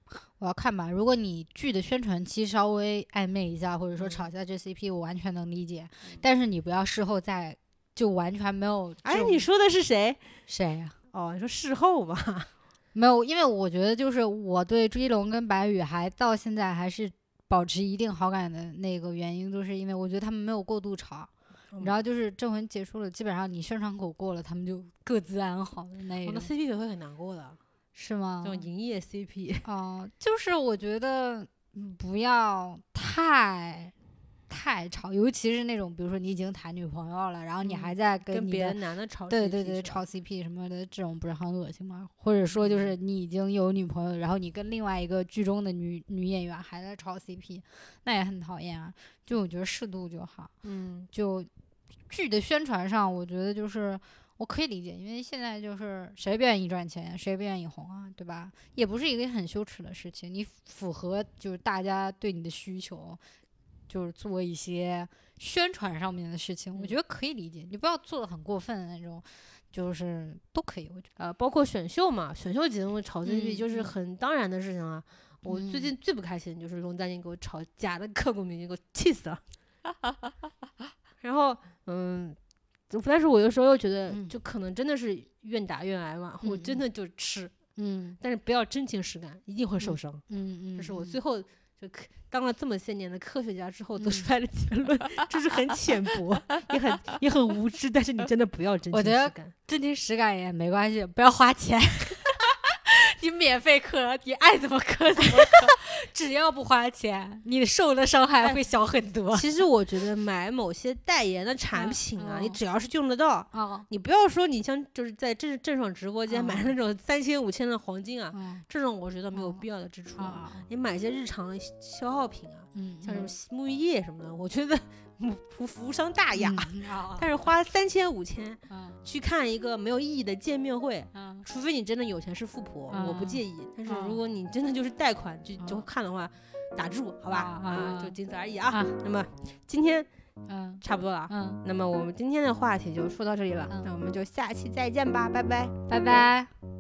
我要看吧。如果你剧的宣传期稍微暧昧一下，或者说吵架这 CP，我完全能理解。但是你不要事后再就完全没有。 哎，你说的是谁？ 谁呀？ 哦，你说事后吧。 没有，因为我觉得就是我对朱一龙跟白宇还到现在还是保持一定好感的那个原因，就是因为我觉得他们没有过度吵。然后就是镇魂结束了，基本上你宣传口过了，他们就各自安好的那种。 我的 CP 也会很难过的， 是吗？ 这种营业 CP 就是我觉得不要太吵，尤其是那种比如说你已经谈女朋友了，然后你还在跟别的男的吵 CP， 对吵 CP 什么的，这种不是很恶心吗？或者说就是你已经有女朋友，然后你跟另外一个剧中的女演员还在吵 CP， 那也很讨厌啊。就我觉得适度就好。就剧的宣传上，我觉得就是我可以理解，因为现在就是谁不愿意赚钱，谁不愿意红啊，对吧？也不是一个很羞耻的事情，你符合就是大家对你的需求，就是做一些宣传上面的事情，我觉得可以理解。你不要做的很过分的那种，就是都可以。我觉得包括选秀嘛，选秀节目炒 CP 就是很当然的事情啊。我最近最不开心就是龙丹妮给我炒假的刻骨铭心，给我气死了。然后但是我有时候又觉得，就可能真的是愿打愿挨嘛，我真的就吃，但是不要真情实感，一定会受伤。这是我最后就当了这么些年的科学家之后得出来的结论，就是很浅薄，也很无知，但是你真的不要真情实感。 我觉得真情实感也没关系，不要花钱。你免费磕，你爱怎么磕怎么磕，只要不花钱，你受的伤害会小很多。 其实我觉得买某些代言的产品啊，你只要是用得到，你不要说你像就是在郑爽直播间买那种3000、5000的黄金啊，这种我觉得没有必要的支出。你买一些日常的消耗品啊，像什么沐浴液什么的，我觉得无伤大雅。但是花3000、5000去看一个没有意义的见面会，除非你真的有钱是富婆，我不介意。但是如果你真的就是贷款就看的话，打住好吧，就仅此而已啊。那么今天差不多了，那么我们今天的话题就说到这里了，那我们就下期再见吧，拜拜， 拜拜。